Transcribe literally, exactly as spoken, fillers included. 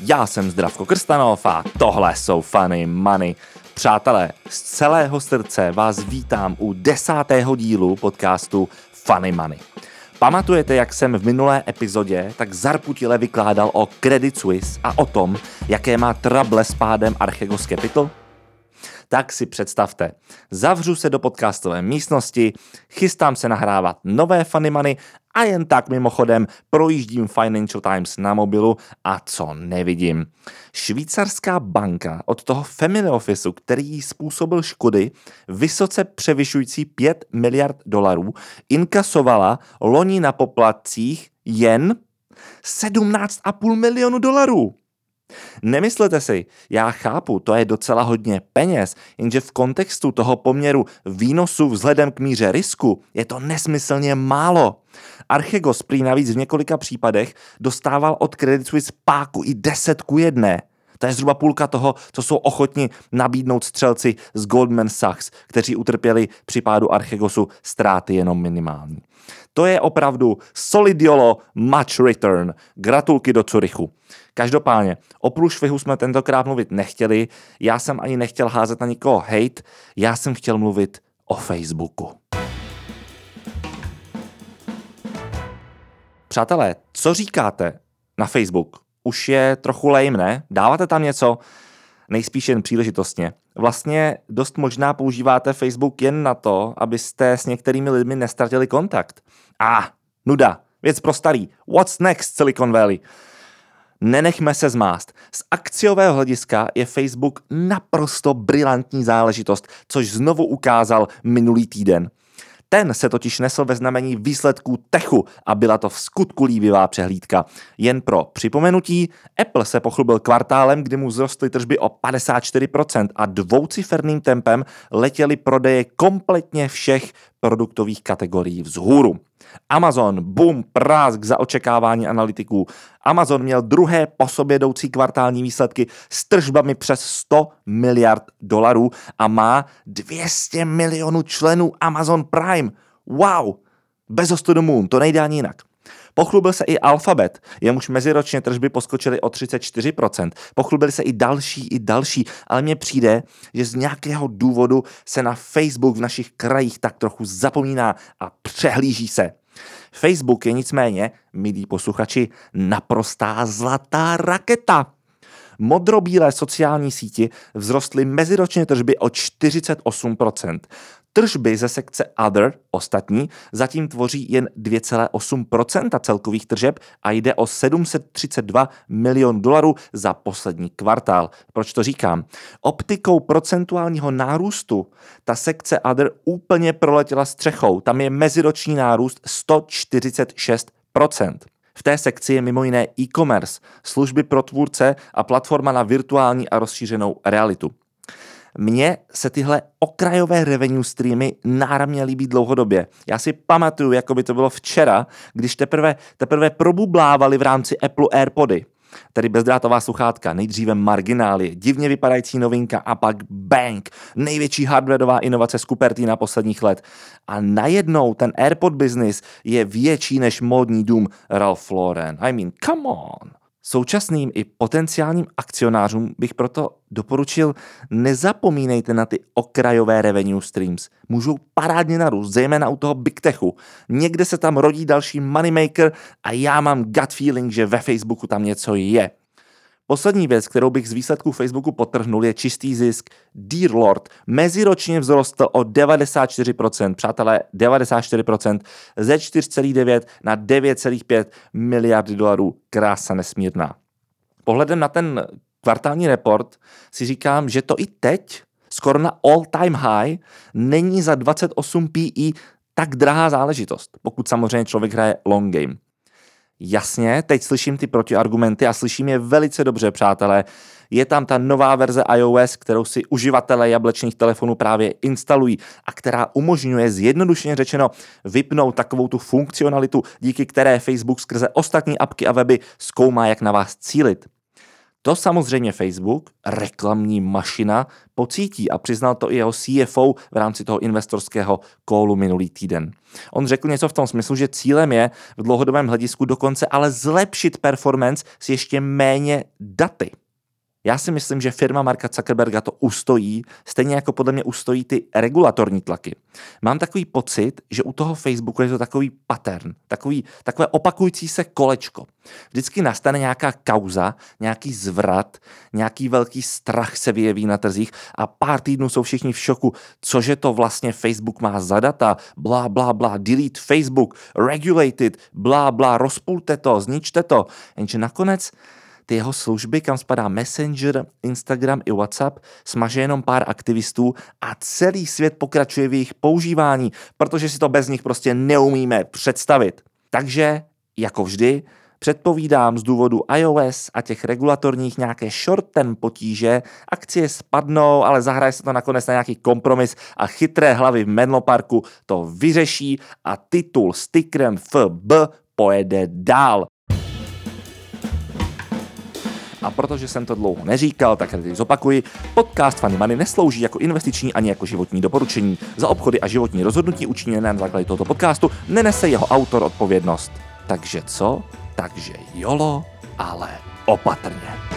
Já jsem Zdravko Krstanov a tohle jsou Funny Money. Přátelé, z celého srdce vás vítám u desátého dílu podcastu Funny Money. Pamatujete, jak jsem v minulé epizodě tak zarputile vykládal o Credit Suisse a o tom, jaké má trable s pádem Archegos Capital? Tak si představte, zavřu se do podcastové místnosti, chystám se nahrávat nové Funny Money a jen tak mimochodem projíždím Financial Times na mobilu a co nevidím. Švýcarská banka od toho family officeu, který jí způsobil škody vysoce převyšující pět miliard dolarů, inkasovala loni na poplatcích jen sedmnáct a půl milionu dolarů. Nemyslete si, já chápu, to je docela hodně peněz, jenže v kontextu toho poměru výnosu vzhledem k míře risku je to nesmyslně málo. Archegos prý navíc v několika případech dostával od Credit Suisse páku i deset ku jedné. To je zhruba půlka toho, co jsou ochotni nabídnout střelci z Goldman Sachs, kteří utrpěli při pádu Archegosu ztráty jenom minimální. To je opravdu solid jolo, much return. Gratulky do Curychu. Každopádně, o průšvihu jsme tentokrát mluvit nechtěli, já jsem ani nechtěl házet na nikoho hate, já jsem chtěl mluvit o Facebooku. Přátelé, co říkáte na Facebook? Už je trochu lame, ne? Dáváte tam něco? Nejspíš jen příležitostně. Vlastně dost možná používáte Facebook jen na to, abyste s některými lidmi nestratili kontakt. A, ah, nuda, věc pro starý. What's next, Silicon Valley? Nenechme se zmást. Z akciového hlediska je Facebook naprosto brilantní záležitost, což znovu ukázal minulý týden. Ten se totiž nesl ve znamení výsledků techu a byla to v skutku líbivá přehlídka. Jen pro připomenutí, Apple se pochlubil kvartálem, kdy mu vzrostly tržby o padesát čtyři procent a dvouciferným tempem letěly prodeje kompletně všech produktových kategorií vzhůru. Amazon, boom, prásk za očekávání analytiků. Amazon měl druhé po sobě jdoucí kvartální výsledky s tržbami přes sto miliard dolarů a má dvě stě milionů členů Amazon Prime. Wow! Bez ostudu moon, to nejde ani jinak. Pochlubil se i Alphabet, jemuž meziročně tržby poskočily o třicet čtyři procent. Pochlubil se i další, i další, ale mně přijde, že z nějakého důvodu se na Facebook v našich krajích tak trochu zapomíná a přehlíží se. Facebook je nicméně, milí posluchači, naprostá zlatá raketa. Modrobílé sociální síti vzrostly meziročně tržby o čtyřicet osm procent. Tržby ze sekce Other, ostatní, zatím tvoří jen dvě celá osm procenta celkových tržeb a jde o sedm set třicet dva milionů dolarů za poslední kvartál. Proč to říkám? Optikou procentuálního nárůstu ta sekce Other úplně proletěla střechou. Tam je meziroční nárůst sto čtyřicet šest procent. V té sekci je mimo jiné e-commerce, služby pro tvůrce a platforma na virtuální a rozšířenou realitu. Mně se tyhle okrajové revenue streamy náramně líbí dlouhodobě. Já si pamatuju, jako by to bylo včera, když teprve, teprve probublávali v rámci Apple AirPody. Tedy bezdrátová sluchátka, nejdříve marginálie, divně vypadající novinka a pak bang, největší hardwareová inovace z Cupertina posledních let. A najednou ten AirPod business je větší než módní dům Ralph Lauren. I mean, come on. Současným i potenciálním akcionářům bych proto doporučil, nezapomínejte na ty okrajové revenue streams. Můžou parádně narůst, zejména u toho big techu. Někde se tam rodí další moneymaker a já mám gut feeling, že ve Facebooku tam něco je. Poslední věc, kterou bych z výsledků Facebooku podtrhnul, je čistý zisk. Dear Lord meziročně vzrostl o devadesát čtyři procent, přátelé, devadesát čtyři procent ze čtyři celá devět na devět celá pět miliardy dolarů. Krása nesmírná. Pohledem na ten kvartální report si říkám, že to i teď, skoro na all-time high, není za dvacet osm P E tak drahá záležitost, pokud samozřejmě člověk hraje long game. Jasně, teď slyším ty protiargumenty a slyším je velice dobře, přátelé. Je tam ta nová verze iOS, kterou si uživatelé jablečných telefonů právě instalují a která umožňuje zjednodušeně řečeno vypnout takovou tu funkcionalitu, díky které Facebook skrze ostatní apky a weby zkoumá, jak na vás cílit. To samozřejmě Facebook, reklamní mašina, pocítí a přiznal to i jeho C F O v rámci toho investorského callu minulý týden. On řekl něco v tom smyslu, že cílem je v dlouhodobém hledisku dokonce ale zlepšit performance s ještě méně daty. Já si myslím, že firma Marka Zuckerberga to ustojí, stejně jako podle mě ustojí ty regulatorní tlaky. Mám takový pocit, že u toho Facebooku je to takový pattern, takový, takové opakující se kolečko. Vždycky nastane nějaká kauza, nějaký zvrat, nějaký velký strach se vyjeví na trzích a pár týdnů jsou všichni v šoku, cože to vlastně Facebook má za data, blá, blá, blá, delete Facebook, regulated, blá, blá, rozpůlte to, zničte to. Jenže nakonec ty jeho služby, kam spadá Messenger, Instagram i WhatsApp, smaže jenom pár aktivistů a celý svět pokračuje v jejich používání, protože si to bez nich prostě neumíme představit. Takže, jako vždy, předpovídám z důvodu iOS a těch regulatorních nějaké short-term potíže, akcie spadnou, ale zahraje se to nakonec na nějaký kompromis a chytré hlavy v Menlo Parku to vyřeší a titul s tikrem F B pojede dál. A protože jsem to dlouho neříkal, tak tady zopakuji. Podcast Funny Money neslouží jako investiční ani jako životní doporučení. Za obchody a životní rozhodnutí učiněné na základě tohoto podcastu nenese jeho autor odpovědnost. Takže co? Takže jolo, ale opatrně.